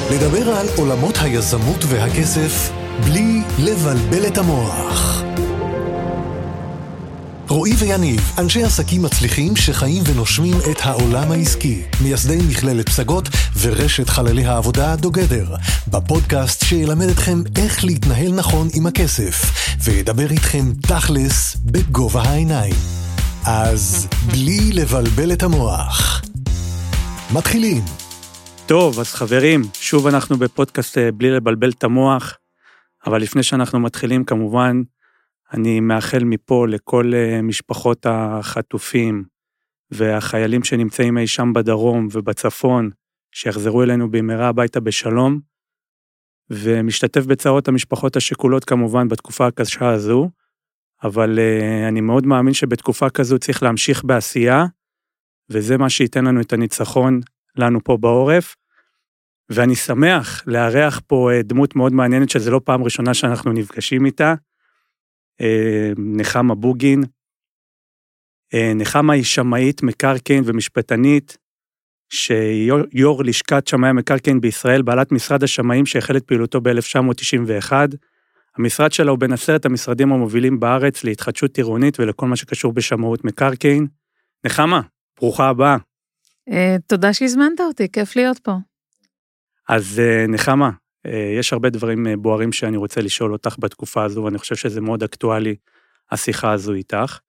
לדבר על עולמות היזמות והכסף בלי לבלבל את המוח. רועי ויניב, אנשי עסקים מצליחים שחיים ונושמים את העולם העסקי, מייסדי מכללת פסגות ורשת חללי העבודה דוגדר, בפודקאסט שילמד אתכם איך להתנהל נכון עם הכסף, וידבר איתכם תכלס בגובה העיניים. אז בלי לבלבל את המוח. מתחילים. טוב, אז חברים, שוב אנחנו בפודקאסט בלי לבלבל את המוח, אבל לפני שאנחנו מתחילים כמובן, אני מאחל מפה לכל משפחות החטופים והחיילים שנמצאים אי שם בדרום ובצפון, שיחזרו אלינו במהרה הביתה בשלום, ומשתתף בצרות המשפחות השכולות כמובן בתקופה הקשה הזו, אבל אני מאוד מאמין שבתקופה כזו צריך להמשיך בעשייה, וזה מה שייתן לנו את הניצחון לנו פה בעורף, ואני שמח לארח פה דמות מאוד מעניינת, שזה לא פעם ראשונה שאנחנו נפגשים איתה, נחמה בוגין. נחמה היא שמאית מקרקעין ומשפטנית, שיו"ר לשכת שמאי המקרקעין בישראל, בעלת משרד השמאים שהחל את פעילותו ב-1991, המשרד שלה הוא בין 10 המשרדים המובילים בארץ להתחדשות עירונית ולכל מה שקשור בשמאות מקרקעין. נחמה, ברוכה הבאה. תודה שהזמנת אותי, כיף להיות פה. אז נחמה, יש הרבה דברים בוערים שאני רוצה לשאול אותך בתקופה הזו, ואני חושב שזה מאוד אקטואלי, השיחה הזו איתך.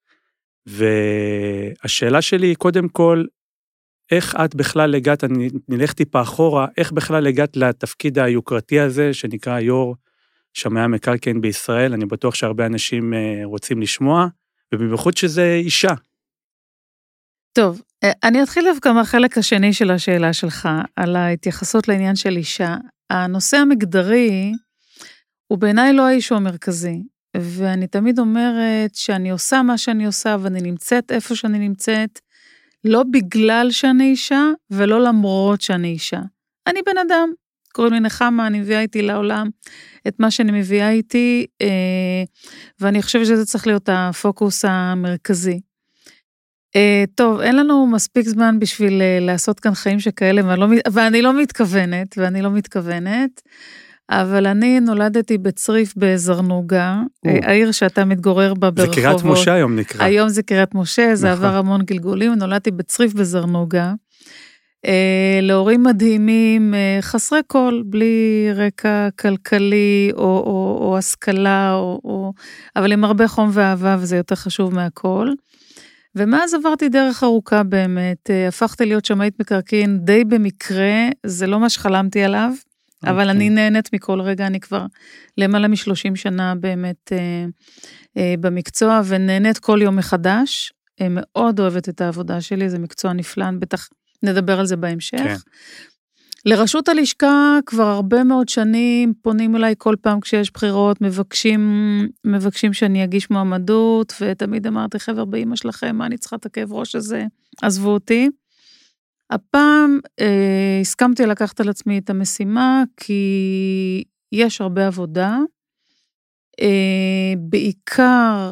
והשאלה שלי היא קודם כל, איך את בכלל הגעת, אני נלך טיפה אחורה, איך בכלל הגעת לתפקיד היוקרתי הזה, שנקרא יו"ר שמאי המקרקעין בישראל, אני בטוח שהרבה אנשים רוצים לשמוע, ובמיוחד שזה אישה. טוב, אני אתחיל דווקא מהחלק השני של השאלה שלך, על ההתייחסות לעניין של אישה. הנושא המגדרי הוא בעיניי לא האישו המרכזי, ואני תמיד אומרת שאני עושה מה שאני עושה, ואני נמצאת איפה שאני נמצאת, לא בגלל שאני אישה, ולא למרות שאני אישה. אני בן אדם, קוראים לי נחמה, אני מביאה איתי לעולם את מה שאני מביאה איתי, ואני חושבת שזה צריך להיות הפוקוס המרכזי. טוב, אין לנו מספיק זמן בשביל לעשות כאן חיים שכאלה, ואני לא מתכוונת, אבל אני נולדתי בצריף בזרנוגה, העיר שאתה מתגורר בה ברחובות. זה קריית משה היום נקרא. היום זה קריית משה, זה עבר המון גלגולים, נולדתי בצריף בזרנוגה, להורים מדהימים, חסרי כל, בלי רקע כלכלי או השכלה, אבל עם הרבה חום ואהבה, וזה יותר חשוב מהכל. ומאז עברתי דרך ארוכה באמת, הפכתי להיות שמאית מקרקעין די במקרה, זה לא מה שחלמתי עליו, אבל אני נהנית מכל רגע, אני כבר למעלה מ-30 שנה באמת במקצוע, ונהנית כל יום מחדש, מאוד אוהבת את העבודה שלי, זה מקצוע נפלא, בטח נדבר על זה בהמשך. כן. לרשות הלשכה כבר הרבה מאוד שנים, פונים אליי כל פעם כשיש בחירות, מבקשים שאני אגיש מועמדות, ותמיד אמרתי, חבר באמא שלכם, מה אני צריכה את הכאב ראש הזה? עזבו אותי. הפעם הסכמתי לקחת על עצמי את המשימה, כי יש הרבה עבודה, בעיקר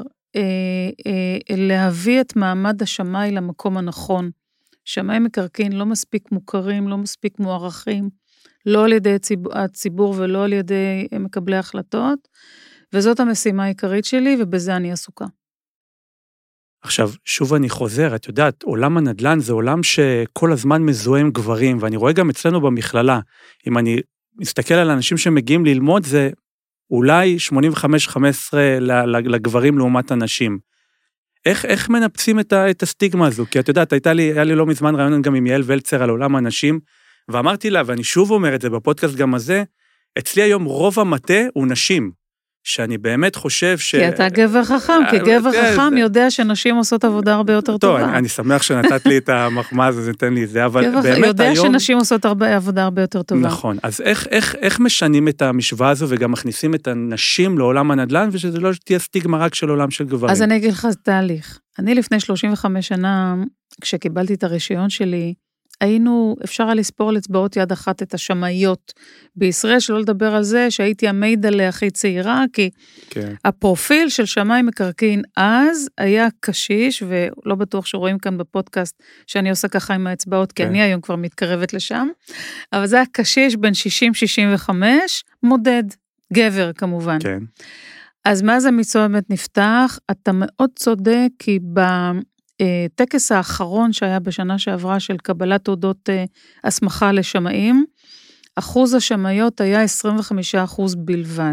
להביא את מעמד השמאי למקום הנכון, שמאי מקרקעין לא מספיק מוכרים, לא מספיק מוערכים, לא על ידי הציבור ולא על ידי מקבלי החלטות, וזאת המשימה העיקרית שלי, ובזה אני עסוקה. עכשיו, שוב אני חוזר, את יודעת, עולם הנדל"ן זה עולם שכל הזמן מזוהה עם גברים, ואני רואה גם אצלנו במכללה, אם אני מסתכל על אנשים שמגיעים ללמוד, זה אולי 85-15 לגברים לעומת הנשים. איך מנפצים את הסטיגמה הזו? כי את יודעת, היה לי לא מזמן רעיון גם עם יעל ולצר על עולם הנשים, ואמרתי לה, ואני שוב אומר את זה בפודקאסט גם הזה, אצלי היום רוב המטה הוא נשים, שאני באמת חושב כי אתה גבר חכם, כי גבר חכם יודע שנשים עושות עבודה הרבה יותר טובה. טוב, אני שמח שנתת לי את המחמאה הזו, זה נתן לי את זה, אבל באמת היום... יודע שנשים עושות עבודה הרבה יותר טובה. נכון, אז איך משנים את המשוואה הזו, וגם מכניסים את הנשים לעולם הנדל"ן, ושזה לא תהיה סטיגמה רק של עולם של גברים. אז אני אגיד לך תהליך. אני לפני 35 שנה, כשקיבלתי את הרישיון שלי, אפשר היה לספור על אצבעות יד אחת את השמאיות בישראל, שלא לדבר על זה שהייתי המיידלה הכי צעירה, כי הפרופיל של שמאי מקרקעין אז היה קשיש, ולא בטוח שרואים כאן בפודקאסט שאני עושה ככה עם האצבעות, כי אני היום כבר מתקרבת לשם, אבל זה היה קשיש בין 60-65, מודד, גבר כמובן. כן. אז מאז המקצוע באמת נפתח, אתה מאוד צודק, כי בטקס האחרון שהיה בשנה שעברה של קבלת תעודות הסמכה לשמאים, אחוז השמאיות היה 25% בלבד.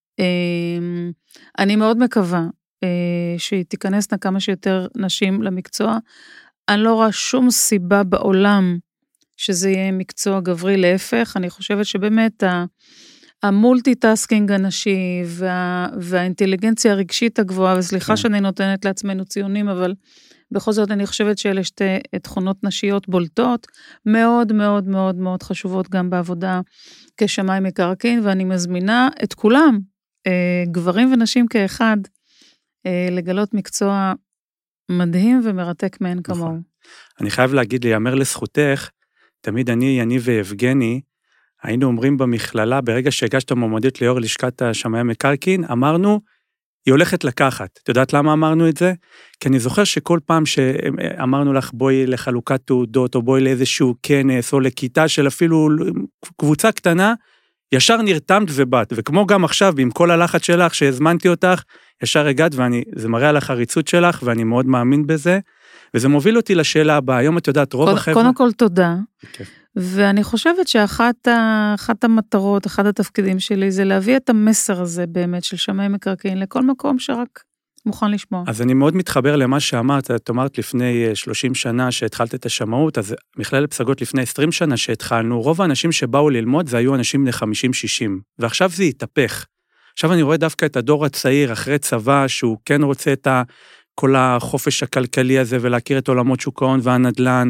אני מאוד מקווה שתיכנסנה כמה שיותר נשים למקצוע. אני לא רואה שום סיבה בעולם שזה יהיה מקצוע גברי, להפך, אני חושבת שבאמת המולטי-טסקינג הנשי והאינטליגנציה הרגשית הגבוהה, וסליחה שאני נותנת לעצמנו ציונים, אבל בכל זאת אני חושבת שאלה שתי תכונות נשיות בולטות, מאוד מאוד מאוד מאוד חשובות גם בעבודה כשמאי מקרקעין, ואני מזמינה את כולם, גברים ונשים כאחד, לגלות מקצוע מדהים ומרתק מהן כמוהו. אני חייב להגיד, להיאמר לזכותך, תמיד אני ויבגני, היינו אומרים במכללה, ברגע שהגשת מועמדות ליו"ר לשכת השמאי המקרקעין, אמרנו, היא הולכת לקחת. את יודעת למה אמרנו את זה? כי אני זוכר שכל פעם שאמרנו לך, בואי לחלוקת תעודות, או בואי לאיזשהו כנס, או לכיתה של אפילו קבוצה קטנה, ישר נרתמת ובאת. וכמו גם עכשיו, עם כל הלחץ שלך, שהזמנתי אותך, ישר הגעת, וזה מראה על החריצות שלך, ואני מאוד מאמין בזה, וזה מוביל אותי לשאלה הבאה. היום את יודעת, רוב החבר'ה... קודם כל תודה. ואני חושבת שאחת המטרות, אחד התפקידים שלי, זה להביא את המסר הזה באמת של שמאי מקרקעין, לכל מקום שרק מוכן לשמוע. אז אני מאוד מתחבר למה שאמרת, את אמרת לפני 30 שנה שהתחלת את השמאות, אז מכללת פסגות לפני 20 שנה שהתחלנו, רוב האנשים שבאו ללמוד, זה היו אנשים בני 50-60, ועכשיו זה התהפך. עכשיו אני רואה דווקא את הדור הצעיר, אחרי צבא, שהוא כן רוצה את כל החופש הכלכלי הזה, ולהכיר את עולמות שוק ההון והנדל"ן,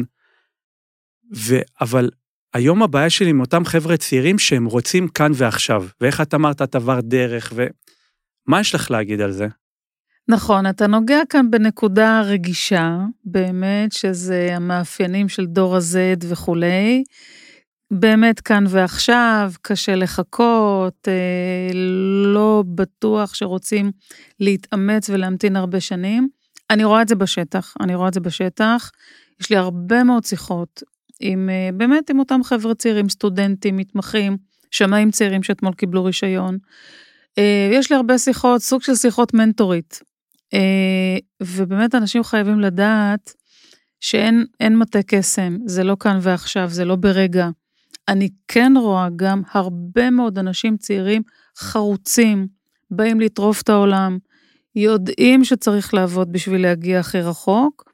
אבל היום הבעיה שלי עם אותם חבר'ה צעירים שהם רוצים כאן ועכשיו, ואיך את אמרת את עבר דרך, ומה יש לך להגיד על זה? נכון, אתה נוגע כאן בנקודה רגישה, באמת, שזה המאפיינים של דור ה-Z וכולי, באמת כאן ועכשיו, קשה לחכות, לא בטוח שרוצים להתאמץ ולהמתין הרבה שנים, אני רואה את זה בשטח, יש לי הרבה מאוד שיחות, באמת עם אותם חבר'ה צעירים, סטודנטים, מתמחים, שמאים צעירים שאתמול קיבלו רישיון, יש לי הרבה שיחות, סוג של שיחות מנטורית, ובאמת אנשים חייבים לדעת, שאין מטה קסם, זה לא כאן ועכשיו, זה לא ברגע, אני כן רואה גם הרבה מאוד אנשים צעירים, חרוצים, באים לטרוף את העולם, יודעים שצריך לעבוד בשביל להגיע הכי רחוק,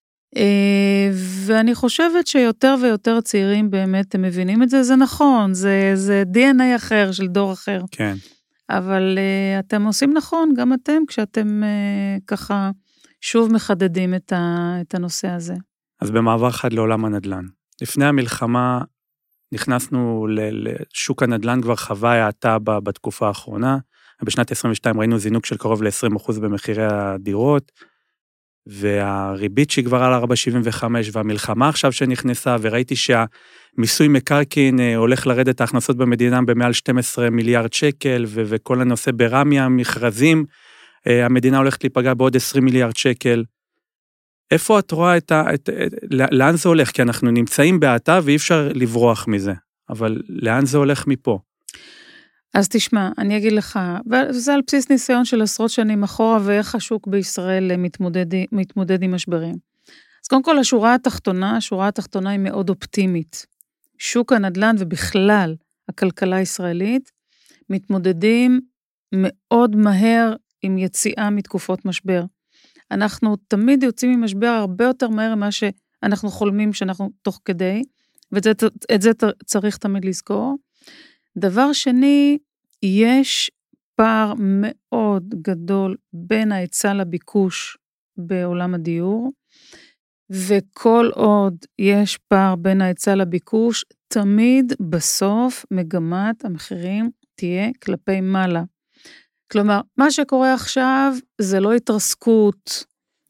ואני חושבת שיותר ויותר צעירים באמת הם מבינים את זה, זה נכון, זה DNA אחר של דור אחר. כן. אבל אתם עושים נכון, גם אתם, כשאתם ככה שוב מחדדים את הנושא הזה. אז במעבר חד לעולם הנדל"ן. לפני המלחמה נכנסנו לשוק הנדל"ן, כבר חווה האטה בתקופה האחרונה, בשנת 22 ראינו זינוק של קרוב ל-20% במחירי הדירות, והריבית שכבר על 4.75, והמלחמה עכשיו שנכנסה, וראיתי שהמיסוי מקרקעין הולך לרדת ההכנסות במדינה במעל 12 מיליארד שקל, וכל הנושא ברמיה, מכרזים, המדינה הולכת להיפגע בעוד 20 מיליארד שקל. איפה את רואה לאן זה הולך? כי אנחנו נמצאים בהאטה ואי אפשר לברוח מזה, אבל לאן זה הולך מפה? אז תשמע, אני אגיד לך, וזה על בסיס ניסיון של עשרות שנים אחורה, ואיך השוק בישראל מתמודד עם משברים. אז קודם כל, השורה התחתונה היא מאוד אופטימית. שוק הנדל"ן ובכלל הכלכלה הישראלית, מתמודדים מאוד מהר עם יציאה מתקופות משבר. אנחנו תמיד יוצאים ממשבר הרבה יותר מהר ממה שאנחנו חולמים שאנחנו תוך כדי, ואת זה צריך תמיד לזכור. דבר שני, יש פער מאוד גדול בין ההיצע לביקוש בעולם הדיור, וכל עוד יש פער בין ההיצע לביקוש, תמיד בסוף מגמת המחירים תהיה כלפי מעלה. כלומר, מה שקורה עכשיו זה לא התרסקות,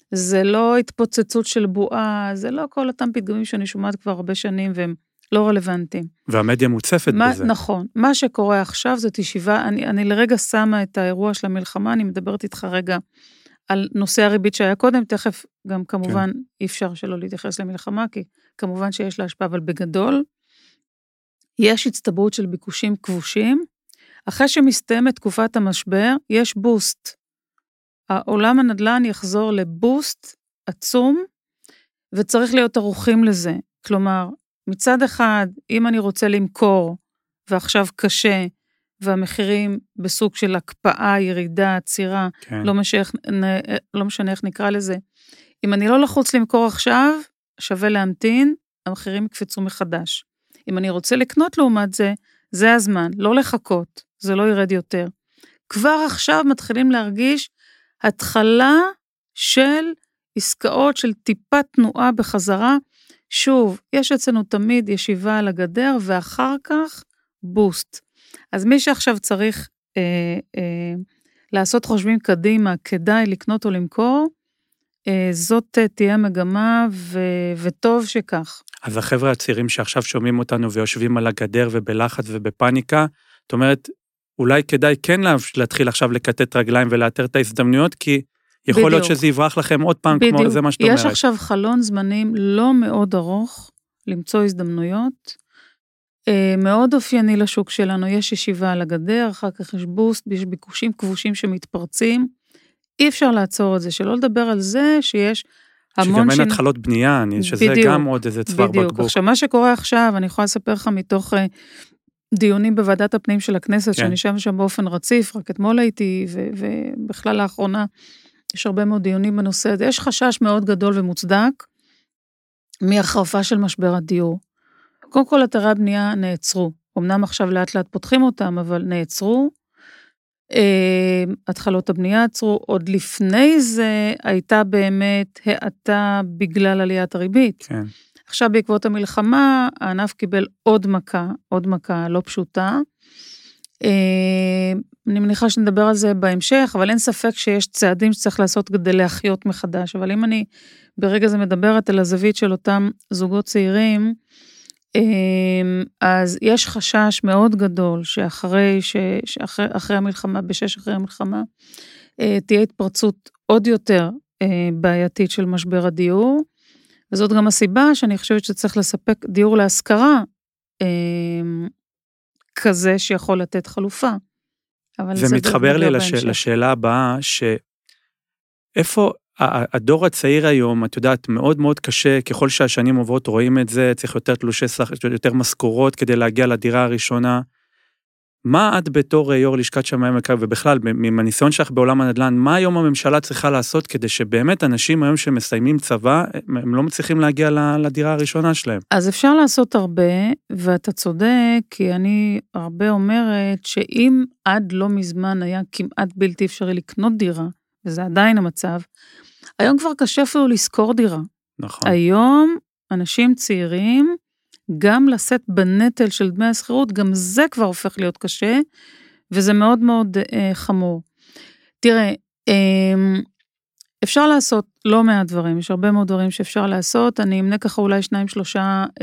זה לא התפוצצות של בועה, זה לא כל אותם פתגמים שאני שומעת כבר הרבה שנים, והם לא רלוונטיים. והמדיה מוצפת בזה. נכון. מה שקורה עכשיו זאת ישיבה, אני לרגע שמה את האירוע של המלחמה, אני מדברת איתך רגע על נושא הריבית שהיה קודם, תכף גם כמובן אי אפשר שלא להתייחס למלחמה, כי כמובן שיש לה השפעה, אבל בגדול, יש הצטברות של ביקושים כבושים, אחרי שמסתיימת תקופת המשבר, יש בוסט. העולם הנדל"ן יחזור לבוסט עצום, וצריך להיות ערוכים לזה. כלומר, מצד אחד, אם אני רוצה למכור, ועכשיו קשה, והמחירים בסוג של הקפאה, ירידה, עצירה, כן. לא משנה איך נקרא לזה, אם אני לא לחוץ למכור עכשיו, שווה להמתין, המחירים יקפצו מחדש. אם אני רוצה לקנות לעומת זה, זה הזמן, לא לחכות, זה לא ירד יותר. כבר עכשיו מתחילים להרגיש התחלה של עסקאות של טיפה תנועה בחזרה, שוב, יש אצלנו תמיד ישיבה על הגדר, ואחר כך בוסט. אז מי שעכשיו צריך לעשות חושבים קדימה, כדאי לקנות או למכור, זאת תהיה מגמה, וטוב שכך. אז החבר'ה הצעירים שעכשיו שומעים אותנו ויושבים על הגדר ובלחץ ובפניקה, זאת אומרת, אולי כדאי כן להתחיל עכשיו לקטט רגליים ולאתר את ההזדמנויות, כי יכול בדיוק. להיות שזה יברח לכם עוד פעם, בדיוק. כמו זה מה שאת אומרת. יש עכשיו חלון זמנים לא מאוד ארוך, למצוא הזדמנויות, מאוד אופייני לשוק שלנו, יש ישיבה על הגדר, אחר כך יש בוסט, יש ביקושים כבושים שמתפרצים, אי אפשר לעצור את זה, שלא לדבר על זה שיש המון שגם אין התחלות בנייה, שזה גם עוד איזה צוואר בקבוק. עכשיו, מה שקורה עכשיו, אני יכולה לספר לך מתוך דיונים בוועדת הפנים של הכנסת, שאני שם באופן רציף, רק אתמול הייתי, ובכלל לאחרונה, יש הרבה מאוד דיונים בנושא הזה, יש חשש מאוד גדול ומוצדק, מהחרפה של משבר הדיור. קודם כל, אתרי הבנייה נעצרו, אמנם עכשיו לאט לאט פותחים אותם, אבל נעצרו, התחלות הבנייה עצרו, עוד לפני זה הייתה באמת האטה בגלל עליית הריבית. כן. עכשיו בעקבות המלחמה, הענף קיבל עוד מכה לא פשוטה. אני מניחה שנדבר על זה בהמשך, אבל אין ספק שיש צעדים שצריך לעשות כדי להחיות מחדש, אבל אם אני ברגע זה מדברת על הזווית של אותם זוגות צעירים, אז יש חשש מאוד גדול שאחרי המלחמה, אחרי המלחמה, תהיה התפרצות עוד יותר בעייתית של משבר הדיור, וזאת גם הסיבה שאני חושבת שצריך לספק דיור להשכרה, כזה שיכול לתת חלופה. זה מתחבר לי לשאלה הבאה, שאיפה הדור הצעיר היום, את יודעת, מאוד מאוד קשה, ככל שהשנים עוברות רואים את זה, צריך יותר תלושי שכר, יותר משכורות כדי להגיע לדירה הראשונה. מה את בתור יו"ר לשכת שמאי המקרקעין, ובכלל, מהניסיון שלך בעולם הנדל"ן, מה היום הממשלה צריכה לעשות כדי שבאמת אנשים היום שמסיימים צבא, הם לא מצליחים להגיע לדירה הראשונה שלהם? אז אפשר לעשות הרבה, ואתה צודק, כי אני הרבה אומרת, שאם עד לא מזמן היה כמעט בלתי אפשרי לקנות דירה, וזה עדיין המצב, היום כבר קשה אפילו לשכור דירה. נכון. היום אנשים צעירים, גם לשאת בנטל של דמי השכירות, גם זה כבר הופך להיות קשה, וזה מאוד מאוד חמור. תראה, אפשר לעשות לא מעט דברים, יש הרבה מאוד דברים שאפשר לעשות, אני אמנה ככה אולי 2-3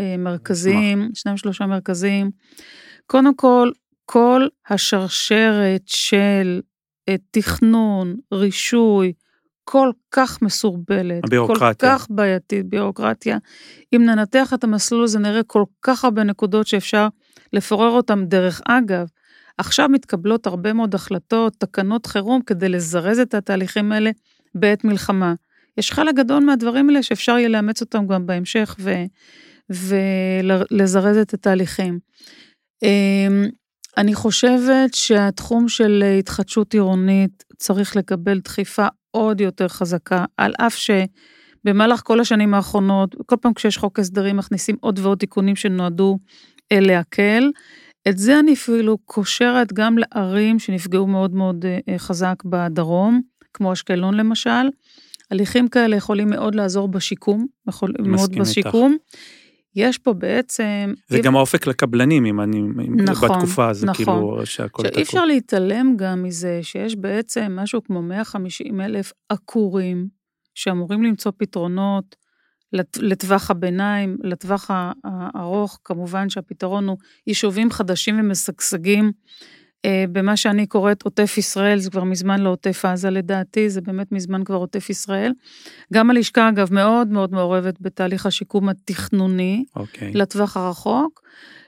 מרכזים, קודם כל, כל השרשרת של תכנון, רישוי, כל כך מסורבלת, כל כך בעייתית, בירוקרטיה. אם ננתח את המסלול הזה, נראה כל כך הרבה נקודות שאפשר לפורר אותם. דרך אגב, עכשיו מתקבלות הרבה מאוד החלטות, תקנות חירום, כדי לזרז את התהליכים האלה בעת מלחמה. יש חלק גדול מהדברים האלה שאפשר יהיה לאמץ אותם גם בהמשך, ולזרז את התהליכים. אני חושבת שהתחום של התחדשות עירונית צריך לקבל דחיפה עוד יותר חזקה, על אף שבמהלך כל השנים האחרונות, כל פעם כשיש חוק הסדרים, מכניסים עוד ועוד תיקונים שנועדו להקל. את זה אני אפילו קושרת גם לערים שנפגעו מאוד מאוד חזק בדרום, כמו אשקלון למשל. הליכים כאלה יכולים מאוד לעזור בשיקום, מאוד בשיקום. יש פה בעצם... זה גם האופק לקבלנים, אם אני... נכון, בתקופה הזו, נכון. כאילו, שהכל תקוע. אי אפשר להתעלם גם מזה, שיש בעצם משהו כמו 150,000 עקורים, שאמורים למצוא פתרונות לטווח הביניים, לטווח הארוך, כמובן שהפתרון הוא יישובים חדשים ומשגשגים, במה שאני קוראת עוטף ישראל, זה כבר מזמן לא עוטף עזה לדעתי, זה באמת מזמן כבר עוטף ישראל. גם הלשכה אגב מאוד מאוד מעורבת בתהליך השיקום התכנוני, לטווח הרחוק.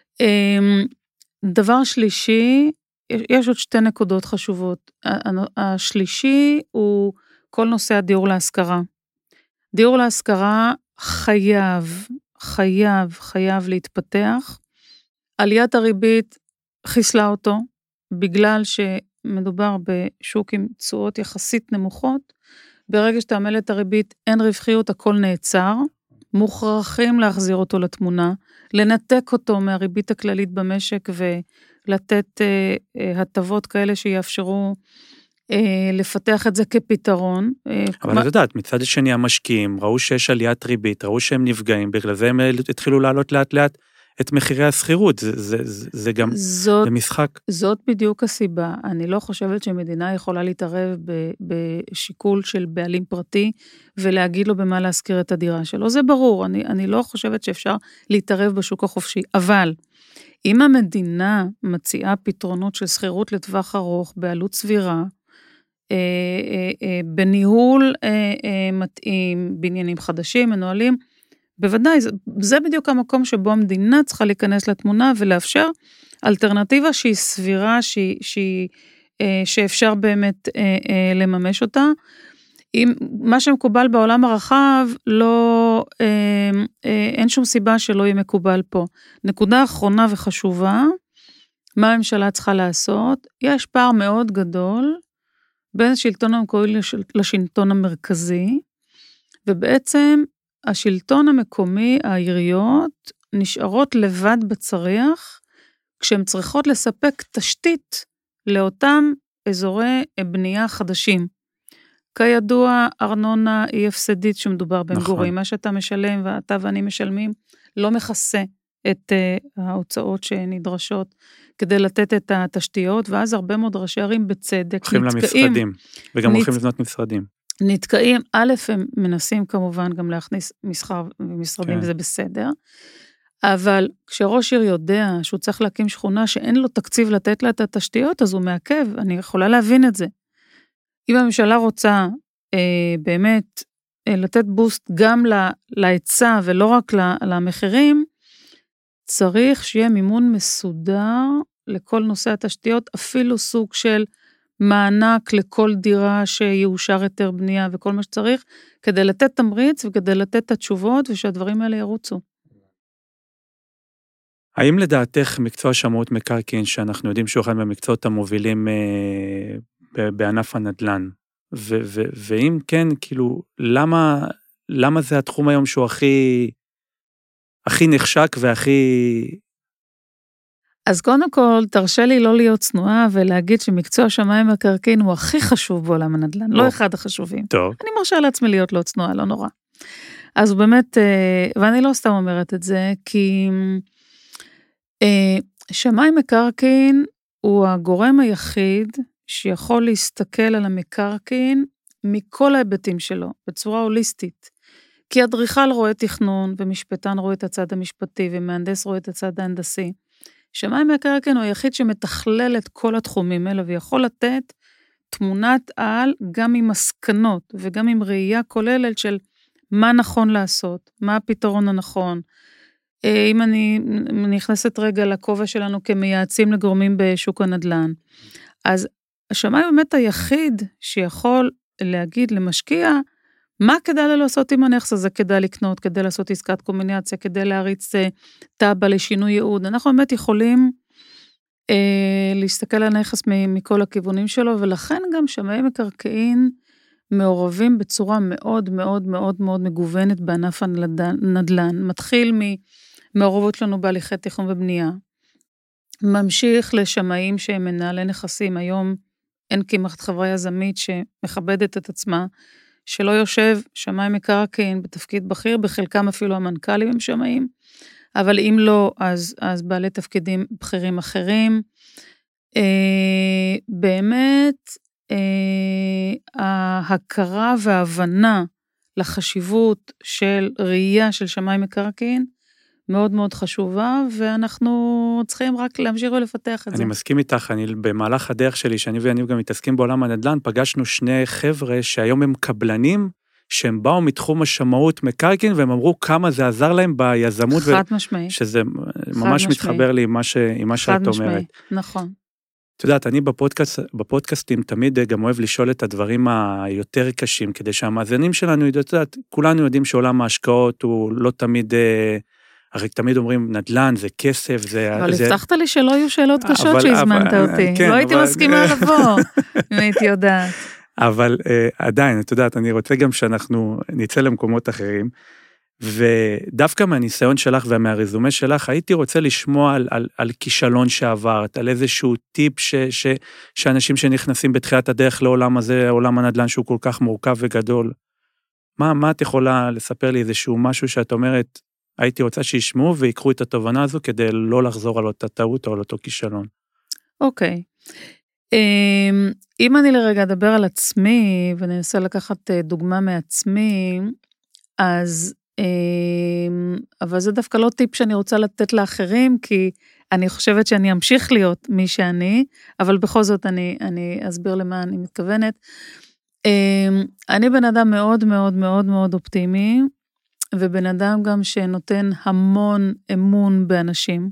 דבר שלישי, יש עוד שתי נקודות חשובות. השלישי הוא כל נושא הדיור להשכרה. דיור להשכרה חייב להתפתח. עליית הריבית חיסלה אותו, בגלל שמדובר בשוק עם תשואות יחסית נמוכות. ברגע שאתה עמל את הריבית, אין רווחיות, הכל נעצר. מוכרחים להחזיר אותו לתמונה, לנתק אותו מהריבית הכללית במשק ולתת הטבות כאלה שיאפשרו לפתח את זה כפתרון. אבל את יודעת, מצד השני המשקיעים ראו שיש עליית ריבית, ראו שהם נפגעים, בגלל זה הם התחילו לעלות לאט לאט את מחירי השכירות, זה גם במשחק. זאת בדיוק הסיבה, אני לא חושבת שמדינה יכולה להתערב בשיקול של בעלים פרטי, ולהגיד לו במה להשכיר את הדירה שלו, זה ברור, אני לא חושבת שאפשר להתערב בשוק החופשי, אבל אם המדינה מציעה פתרונות של שכירות לטווח ארוך, בעלות סבירה, בניהול מתאים, בעניינים חדשים, מנוהלים, בוודאי, זה בדיוק המקום שבו המדינה צריכה להיכנס לתמונה ולאפשר אלטרנטיבה שהיא סבירה, שאפשר באמת לממש אותה. מה שמקובל בעולם הרחב, אין שום סיבה שלא יהיה מקובל פה. נקודה אחרונה וחשובה, מה הממשלה צריכה לעשות? יש פער מאוד גדול בין השלטון המקומי לשלטון המרכזי, ובעצם השלטון המקומי, העיריות, נשארות לבד בצריח, כשהן צריכות לספק תשתית לאותם אזורי בנייה חדשים. כידוע, ארנונה היא הפסדית שמדובר במגורים. נכון. מה שאתה משלם ואתה ואני משלמים, לא מכסה את ההוצאות שנדרשות כדי לתת את התשתיות, ואז הרבה מאוד ראשי ערים בצדק הולכים למשרדים, וגם הולכים לבנות משרדים. נתקעים, א', הם מנסים כמובן גם להכניס מסחר ומשרדים, וזה בסדר, אבל כשראש עיר יודע שהוא צריך להקים שכונה שאין לו תקציב לתת לה את התשתיות, אז הוא מעכב, אני יכולה להבין את זה. אם הממשלה רוצה באמת לתת בוסט גם להיצע ולא רק למחירים, צריך שיהיה מימון מסודר לכל נושא התשתיות, אפילו סוג של מענק לכל דירה שיאושר היתר בנייה וכל מה שצריך, כדי לתת תמריץ וכדי לתת את התשובות ושהדברים האלה ירוצו. האם לדעתך מקצוע שמאות מקרקעין, שאנחנו יודעים שהוא אחד מהמקצועות המובילים בענף הנדל"ן, ואם כן, כאילו, למה זה התחום היום שהוא הכי נחשק והכי... אז קודם כל, תרשה לי לא להיות צנועה ולהגיד שמקצוע שמאים מקרקעין הוא הכי חשוב בעולם הנדל"ן, לא אחד החשובים. טוב. אני מרשה לעצמי להיות לא צנועה, לא נורא. אז באמת, ואני לא סתם אומרת את זה, כי שמאי מקרקעין הוא הגורם היחיד שיכול להסתכל על המקרקעין מכל ההיבטים שלו, בצורה הוליסטית. כי אדריכל רואה תכנון, ומשפטן רואה את הצד המשפטי, ומהנדס רואה את הצד ההנדסי. שמאי מקרקעין הוא היחיד שמתכלל את כל התחומים האלה, ויכול לתת תמונת על גם עם מסקנות, וגם עם ראייה כוללת של מה נכון לעשות, מה הפתרון הנכון. אם אני נכנסת רגע לכובע שלנו כמייעצים לגורמים בשוק הנדל"ן, אז השמאי באמת היחיד שיכול להגיד למשקיע, מה כדאי לו לעשות עם הנכס הזה? כדאי לקנות, כדאי לעשות עסקת קומבינציה, כדאי להריץ טאבה לשינוי ייעוד. אנחנו באמת יכולים להסתכל על הנכס מכל הכיוונים שלו, ולכן גם שמאי מקרקעין מעורבים בצורה מאוד מאוד מאוד מאוד מגוונת בענף הנדל"ן. מתחיל ממעורבות לנו בהליכי תכנון ובנייה, ממשיך לשמאים שהם מנהלי נכסים. היום אין כמעט חברה יזמית שמכבדת את עצמה, שלא יושב שמאי מקרקעין בתפקיד בכיר, בחלקם אפילו המנכ"לים הם שמאים, אבל אם לא, אז בעלי תפקידים בכירים אחרים. באמת, ההכרה וההבנה לחשיבות של ראייה של שמאי מקרקעין, מאוד מאוד חשובה, ואנחנו צריכים רק להמשיך ולפתח את זה. אני מסכים איתך, במהלך הדרך שלי, שאני ואני גם מתעסקים בעולם הנדל"ן, פגשנו שני חבר'ה שהיום הם קבלנים, שהם באו מתחום השמאות מקרקעין, והם אמרו כמה זה עזר להם ביזמות. חד משמעי. שזה ממש מתחבר לי עם מה שאת אומרת. נכון. את יודעת, אני בפודקאסטים תמיד גם אוהב לשאול את הדברים היותר קשים, כדי שהמאזינים שלנו, כולנו יודעים שעולם ההשקעות הוא לא תמיד, הרי תמיד אומרים נדל"ן, זה כסף, זה... אבל הבטחת לי שלא יהיו שאלות קשות שהזמנת אותי. כן, לא הייתי מסכימה לבוא, אם הייתי יודעת. אבל עדיין, את יודעת, אני רוצה גם שאנחנו נצא למקומות אחרים, ודווקא מהניסיון שלך ומהרזומה שלך, הייתי רוצה לשמוע על כישלון שעברת, על איזשהו טיפ שאנשים שנכנסים בתחילת הדרך לעולם הזה, עולם הנדל"ן שהוא כל כך מורכב וגדול. מה את יכולה לספר לי איזשהו משהו שאת אומרת, הייתי רוצה שישמעו ויקחו את התובנה הזו, כדי לא לחזור על אותה טעות או על אותו כישלון? אוקיי. אם אני לרגע אדבר על עצמי, וננסה לקחת דוגמה מעצמי, אז אבל זה דווקא לא טיפ שאני רוצה לתת לאחרים, כי אני חושבת שאני אמשיך להיות מי שאני, אבל בכל זאת אני אסביר למה אני מתכוונת. אני בן אדם מאוד מאוד מאוד מאוד אופטימי, ובן אדם גם שנותן המון אמון באנשים,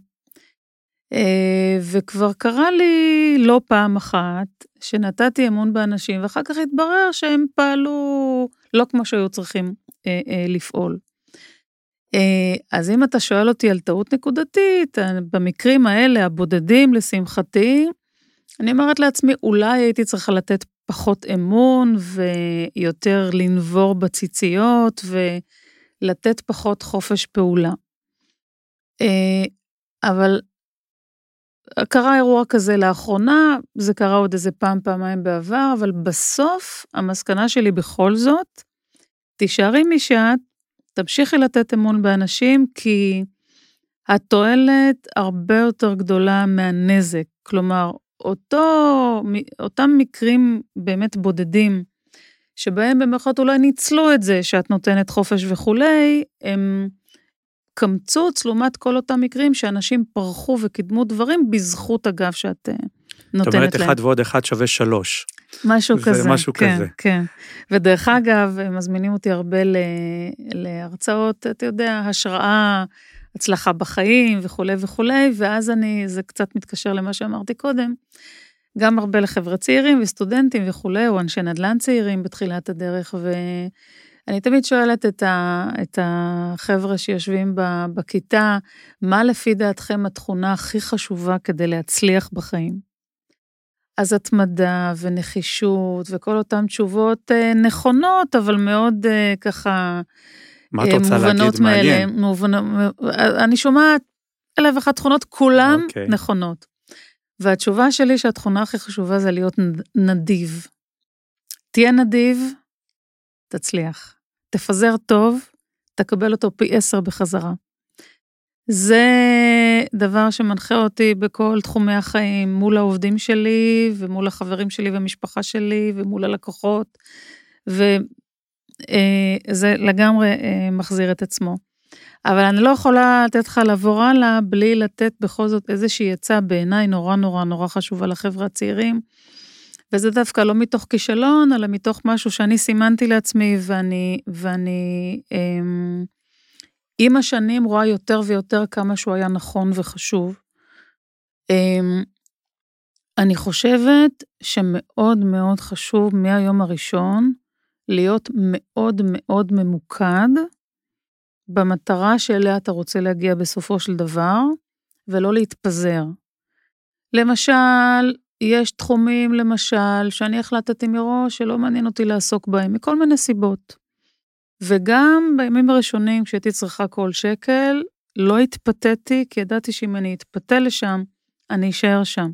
וכבר קרה לי לא פעם אחת, שנתתי אמון באנשים, ואחר כך התברר שהם פעלו לא כמו שהיו צריכים לפעול. אז אם אתה שואל אותי על טעות נקודתית, במקרים האלה, הבודדים לשמחתי, אני אומרת לעצמי, אולי הייתי צריכה לתת פחות אמון, ויותר לנבור בציציות, ולתת פחות חופש פעולה. אבל קרה אירוע כזה לאחרונה, זה קרה עוד איזה פעמיים בעבר, אבל בסוף המסקנה שלי בכל זאת, תישארי מי שאת, תמשיכי לתת אמון באנשים, כי התועלת הרבה יותר גדולה מהנזק. כלומר, אותם מקרים באמת בודדים, שבהם במרכאות אולי ניצלו את זה, שאת נותנת חופש וכולי, הם קמצוץ לעומת כל אותם מקרים, שאנשים פרחו וקידמו דברים, בזכות אגב שאת נותנת להם. זאת אומרת, 1 ועוד 1 שווה 3. משהו כזה. זה משהו כזה. כן. ודרך אגב, מזמינים אותי הרבה להרצאות, אתה יודע, השראה, הצלחה בחיים וכולי וכולי, ואז זה קצת מתקשר למה שאמרתי קודם, גם הרבה לחבר'ה צעירים וסטודנטים וכולי, או אנשי נדל"ן צעירים בתחילת הדרך, ואני תמיד שואלת את החבר'ה שיושבים בכיתה, מה לפי דעתכם התכונה הכי חשובה כדי להצליח בחיים? אז התמדה ונחישות וכל אותן תשובות נכונות, אבל מאוד ככה מה את רוצה להגיד מעניין? אני שומעת 1,001 תכונות, כולם נכונות. והתשובה שלי שהתכונה הכי חשובה זה להיות נדיב. תהיה נדיב, תצליח. תפזר טוב, תקבל אותו פי 10 בחזרה. זה דבר שמנחה אותי בכל תחומי החיים, מול העובדים שלי, ומול החברים שלי והמשפחה שלי, ומול הלקוחות, וזה לגמרי מחזיר את עצמו. אבל אני לא יכולה לתת לך לעבור הלאה, בלי לתת בכל זאת איזושהי עצה בעיניי נורא נורא נורא חשובה לחבר'ה הצעירים, וזה דווקא לא מתוך כישלון, אלא מתוך משהו שאני סימנתי לעצמי, ואני עם השנים רואה יותר ויותר כמה שהוא היה נכון וחשוב. אני חושבת שמאוד מאוד חשוב מהיום הראשון, להיות מאוד מאוד ממוקד, במטרה שאליה אתה רוצה להגיע בסופו של דבר, ולא להתפזר. למשל, יש תחומים, למשל, שאני החלטתי מראש שלא מעניין אותי לעסוק בהם, מכל מיני סיבות. וגם בימים הראשונים, כשהייתי צריכה כל שקל, לא התפתיתי, כי ידעתי שאם אני אתפתה לשם, אני אשאר שם.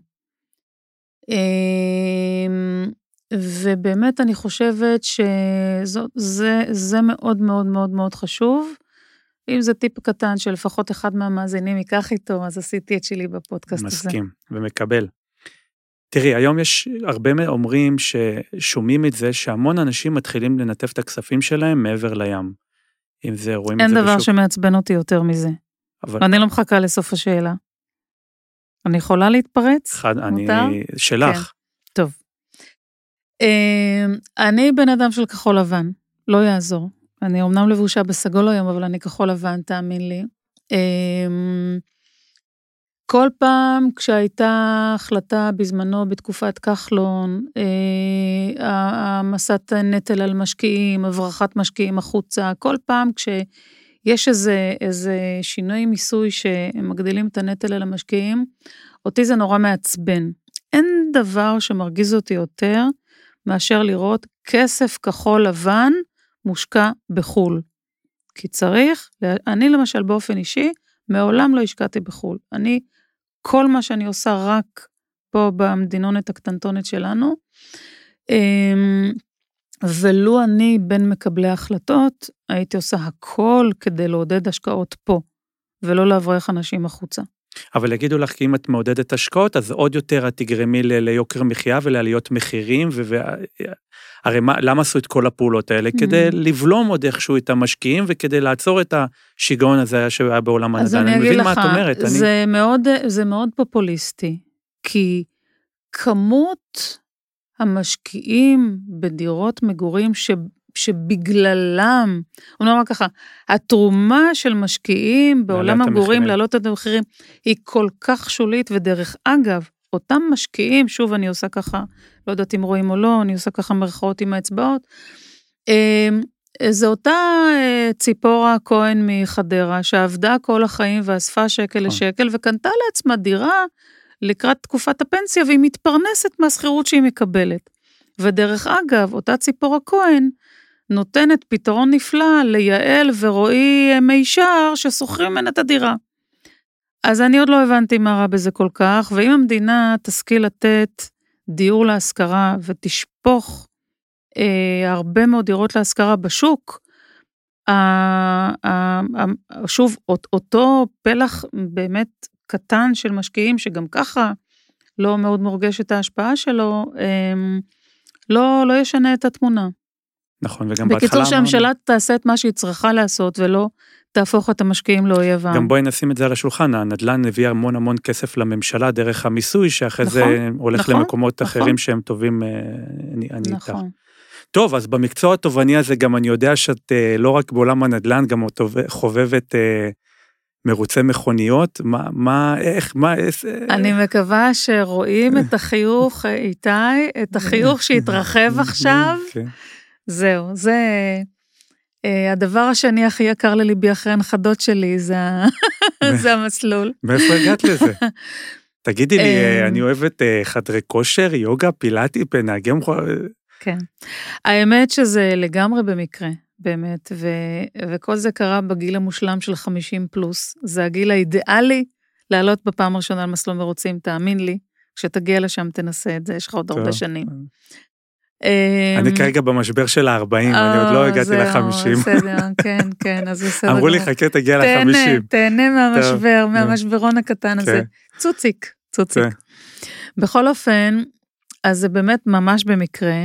ובאמת אני חושבת שזה מאוד מאוד מאוד מאוד חשוב. אם זה טיפ קטן שלפחות אחד מהמאזינים ייקח איתו, אז עשיתי את שלי בפודקאסט הזה. מסכים ומקבל. תראי, היום יש הרבה אומרים ששומעים את זה, שהמון אנשים מתחילים לנתף את הכספים שלהם מעבר לים. אם זה, רואים את זה אין דבר בשוק. שמעצבן אותי יותר מזה. אבל... אני לא מחכה לסוף השאלה. אני יכולה להתפרץ? מותר? שלך. כן. טוב. אני בן אדם של כחול לבן, לא יעזור. אני אומנם לבושה בסגול היום, אבל אני כחול לבן, תאמין לי. כל פעם כשהייתה החלטה בזמנו בתקופת כחלון, המסת נטל על משקיעים, הברחת משקיעים החוצה, כל פעם כשיש איזה שינוי מיסוי שמגדילים את הנטל על המשקיעים, אותי זה נורא מעצבן. אין דבר שמרגיז אותי יותר מאשר לראות כסף כחול לבן מושקע בחול. כי צריך, אני למשל באופן אישי, מעולם לא השקעתי בחול. כל מה שאני עושה רק פה במדינונת הקטנטונת שלנו, ולו אני בין מקבלי ההחלטות, הייתי עושה הכל כדי לעודד השקעות פה, ולא להבריח אנשים החוצה. אבל יגידו לך, כי אם את מעודדת השקעות, אז עוד יותר את תגרמי ליוקר מחיה ולעליות מחירים, הרי למה עשו את כל הפעולות האלה? כדי לבלום עוד איכשהו את המשקיעים, וכדי לעצור את השיגעון הזה שהיה בעולם הנדל"ן. אני אגיד לך, זה מאוד פופוליסטי, כי כמות המשקיעים בדירות מגורים שבגללם, הוא נאמר ככה, התרומה של משקיעים בעולם המגורים להעלות את המחירים, היא כל כך שולית, ודרך אגב, אותם משקיעים, שוב אני עושה ככה, לא יודעת אם רואים או לא, אני עושה ככה מרכאות עם האצבעות, זה אותה ציפורה כהן מחדרה, שעבדה כל החיים ואספה שקל לשקל, וקנתה לעצמה דירה לקראת תקופת הפנסיה, והיא מתפרנסת מהשכירות שהיא מקבלת. ודרך אגב, אותה ציפורה כהן, נותנת פתרון נפלא ליעל ורועי מישר, ששוכרים ממנה את הדירה. אז אני עוד לא הבנתי מה רע בזה כל כך, ואם המדינה תשכיל לתת דיור להשכרה, ותשפוך הרבה מאוד דירות להשכרה בשוק, שוב, אותו פלח באמת קטן של משקיעים, שגם ככה לא מאוד מורגש את ההשפעה שלו, לא ישנה את התמונה. נכון, וגם בהתחלה... בקיצור שהממשלה תעשה את מה שהיא צריכה לעשות, ולא תהפוך את המשקיעים לאויבם. גם בואי נשים את זה על השולחן, הנדל"ן הביא המון כסף לממשלה, דרך המיסוי, שאחרי זה הולך למקומות אחרים שהם טובים, אני איתך. טוב, אז במקצוע התובעני הזה גם אני יודע שאת לא רק בעולם הנדל"ן, גם חובבת מרוצי מכוניות, אני מקווה שרואים את החיוך איתי, את החיוך שהתרחב עכשיו, זהו, זה הדבר השני הכי יקר לליבי אחרי הנכדות שלי, זה המסלול. מאיפה הגעת לזה? תגידי לי, אני אוהבת חדרי כושר, יוגה, פילאטי, נהגי מכוניות. כן, האמת שזה לגמרי במקרה, באמת, וכל זה קרה בגיל המושלם של 50 פלוס, זה הגיל האידיאלי לעלות בפעם הראשונה על מסלול מרוצים, תאמין לי, כשתגיע לשם תנסה את זה, יש לך עוד הרבה שנים. אני כרגע במשבר של ה-40, אני עוד לא הגעתי ל-50. בסדר, כן, אז בסדר. אמרו לי, חכה, תגיע ל-50. תהנה מהמשבר, מהמשברון הקטן הזה. צוציק. בכל אופן, אז זה באמת ממש במקרה,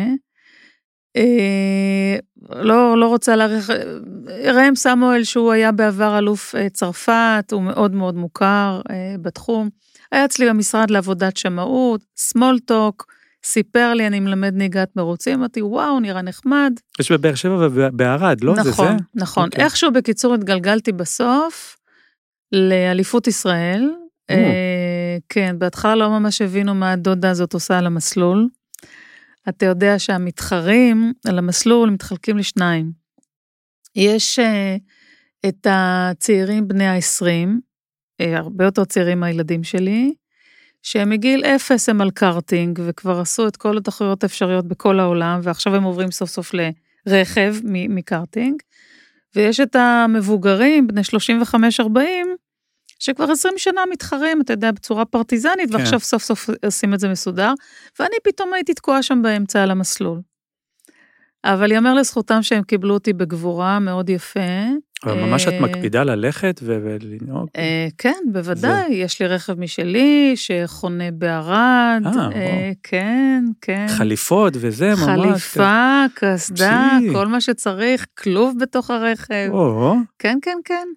לא רוצה להעריך, ראם סמואל שהוא היה בעבר אלוף צרפת, הוא מאוד מאוד מוכר בתחום, היה אצלי במשרד לעבודת שמאות, סמולטוק, סיפר לי, אני מלמד נהיגת מרוצים, אמרתי, וואו, נראה נחמד. יש בבאר שבע ובערד, לא? נכון, נכון. איכשהו בקיצור התגלגלתי בסוף, לאליפות ישראל, כן, בהתחלה לא ממש הבינו מה הדודה הזאת עושה על המסלול, אתה יודע שהמתחרים על המסלול מתחלקים לשניים, יש את הצעירים בני ה-20, הרבה יותר צעירים מהילדים שלי, שהם מגיל 0 הם על קארטינג, וכבר עשו את כל התחרויות האפשריות בכל העולם, ועכשיו הם עוברים סוף סוף לרכב מקארטינג, ויש את המבוגרים, בני 35-40, שכבר 20 שנה מתחרים, אתה יודע, בצורה פרטיזנית, כן. ועכשיו סוף סוף עושים את זה מסודר, ואני פתאום הייתי תקועה שם באמצע על המסלול. אבל יאמר לזכותם שהם קיבלו אותי בגבורה מאוד יפה. אבל ממש את מקפידה ללכת ולנהוג? כן, בוודאי. יש לי רכב משלי שחונה בערד. כן, כן. חליפות וזה ממש. חליפה, קסדה, כל מה שצריך, כלוב בתוך הרכב. כן, כן, כן.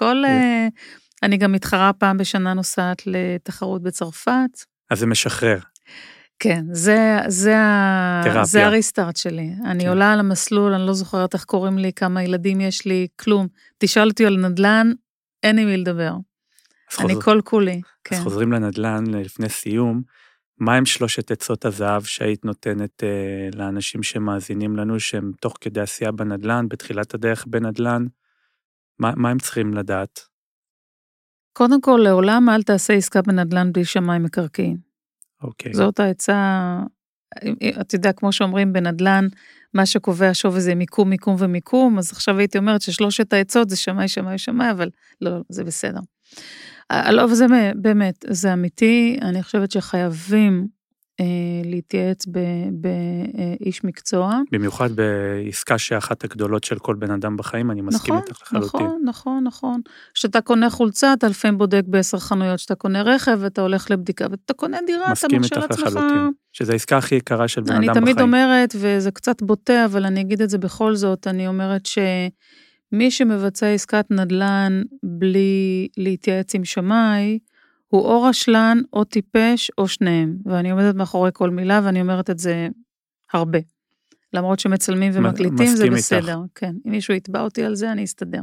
אני גם מתחרה פעם בשנה נוסעת לתחרות בצרפת. אז זה משחרר. כן, זה הריסטארט שלי. אני עולה על המסלול, אני לא זוכרת איך קוראים לי, כמה ילדים יש לי, כלום. תשאל אותי על נדל"ן, אין לי מי לדבר. אני כל כולי. אז חוזרים לנדל"ן לפני סיום, מה הם 3 עצות הזהב שהיית נותנת לאנשים שמאזינים לנו, שהם תוך כדי עשייה בנדל"ן, בתחילת הדרך בנדל"ן, מה הם צריכים לדעת? קודם כל, לעולם אל תעשה עסקה בנדל"ן בלי שמאי מקרקעין. אוקיי. זאת העצה, אתה יודע, כמו שאומרים בנדל"ן, מה שקובע שווי זה מיקום, מיקום ומיקום, אז עכשיו הייתי אומרת ש3 העצות זה שמאי, שמאי, שמאי, אבל לא, זה בסדר. לא, וזה באמת, זה אמיתי, אני חושבת שחייבים להתייעץ באיש מקצוע. במיוחד בעסקה שאחת הגדולות של כל בן אדם בחיים, אני מסכים איתך לחלוטין. נכון. שאתה קונה חולצה, אתה לפעמים בודק ב10 חנויות, שאתה קונה רכב, ואתה הולך לבדיקה, ואתה קונה דירה, אתה מרשה לעצמך. מסכים איתך לחלוטין, שזו העסקה הכי יקרה של בן אדם בחיים. אני תמיד אומרת, וזה קצת בוטה, אבל אני אגיד את זה בכל זאת, אני אומרת שמי שמבצע עסקת נדל"ן בלי להתייעץ עם שמאי, הוא או רשלן, או טיפש, או שניהם. ואני עומדת מאחורי כל מילה, ואני אומרת את זה הרבה. למרות שמצלמים ומקליטים, זה בסדר. כן, אם מישהו יתבע אותי על זה, אני אסתדר.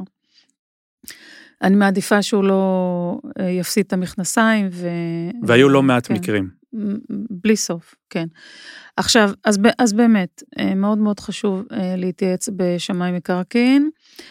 אני מעדיפה שהוא לא יפסיד את המכנסיים. והיו לא מעט מקרים. בלי סוף, כן. עכשיו, אז באמת, מאוד מאוד חשוב להתייעץ בשמאי מקרקעין.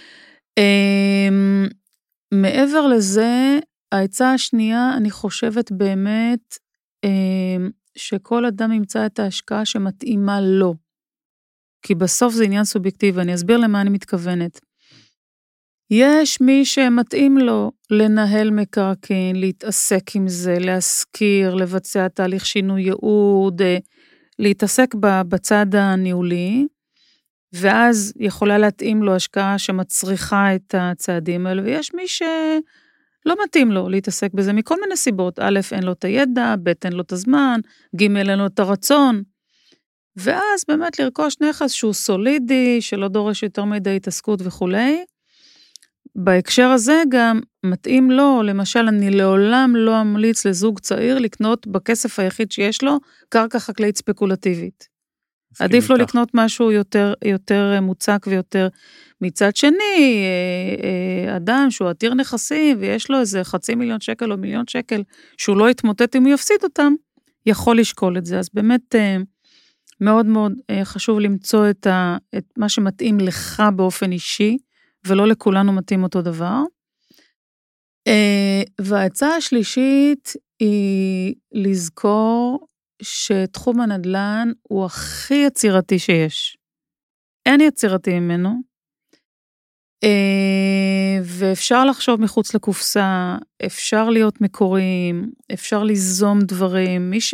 מעבר לזה, העצה השנייה, אני חושבת באמת, שכל אדם ימצא את ההשקעה שמתאימה לו. כי בסוף זה עניין סובייקטיבי, אני אסביר למה אני מתכוונת. יש מי שמתאים לו לנהל מקרקעין, להתעסק עם זה, להזכיר, לבצע תהליך שינוי ייעוד, להתעסק בצד הניהולי, ואז יכולה להתאים לו השקעה שמצריכה את הצעדים האלה, ויש מי שלא מתאים לו להתעסק בזה מכל מיני סיבות, א', אין לו את הידע, ב', אין לו את הזמן, ג', אין לו את הרצון, ואז באמת לרכוש נכס שהוא סולידי, שלא דורש יותר מדי התעסקות וכולי. בהקשר הזה גם מתאים לו, למשל אני לעולם לא אמליץ לזוג צעיר לקנות בכסף היחיד שיש לו, קרקע חקלאית ספקולטיבית. עדיף לו לקנות משהו יותר מוצק ויותר. מצד שני, אדם שהוא עתיר נכסים, ויש לו איזה 500,000 שקל או 1,000,000 שקל, שהוא לא יתמוטט אם הוא יפסיד אותם, יכול לשקול את זה. אז באמת מאוד מאוד חשוב למצוא את מה שמתאים לך באופן אישי, ולא לכולנו מתאים אותו דבר. וההצעה השלישית היא לזכור שתחום הנדל"ן הוא הכי יצירתי שיש. אין יצירתי ממנו, ואפשר לחשוב מחוץ לקופסה, אפשר להיות מקוריים, אפשר ליזום דברים, מי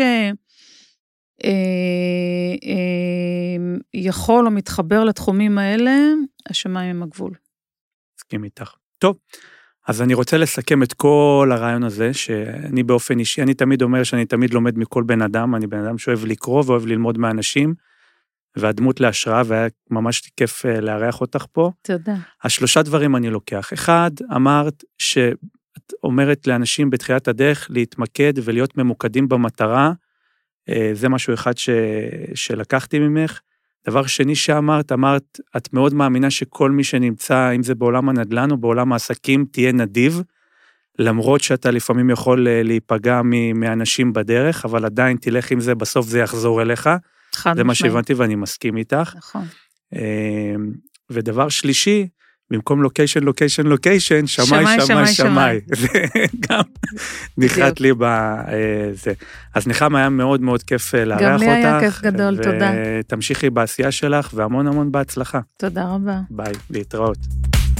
שיכול או מתחבר לתחומים האלה, השמיים הם הגבול. מסכים איתך. טוב, אז אני רוצה לסכם את כל הרעיון הזה, שאני באופן אישי, אני תמיד אומר שאני תמיד לומד מכל בן אדם, אני בן אדם שאוהב לקרוא ואוהב ללמוד מאנשים, והדמות להשראה, והיה ממש כיף לארח אותך פה. תודה. 3 דברים אני לוקח. 1, אמרת שאת אומרת לאנשים בתחילת הדרך להתמקד ולהיות ממוקדים במטרה, זה משהו אחד שלקחתי ממך. דבר שני שאמרת, את מאוד מאמינה שכל מי שנמצא, אם זה בעולם הנדל"ן או בעולם העסקים, תהיה נדיב, למרות שאתה לפעמים יכול להיפגע מאנשים בדרך, אבל עדיין תלך עם זה, בסוף זה יחזור אליך. זה מה שהבנתי ואני מסכים איתך. נכון. ודבר שלישי, במקום לוקיישן, שמאי. זה גם נחת לי בזה. אז נחם היה מאוד מאוד כיף לארח אותך. גם לי היה כיף גדול, תודה. ותמשיכי בעשייה שלך, והמון המון בהצלחה. תודה רבה. ביי, להתראות.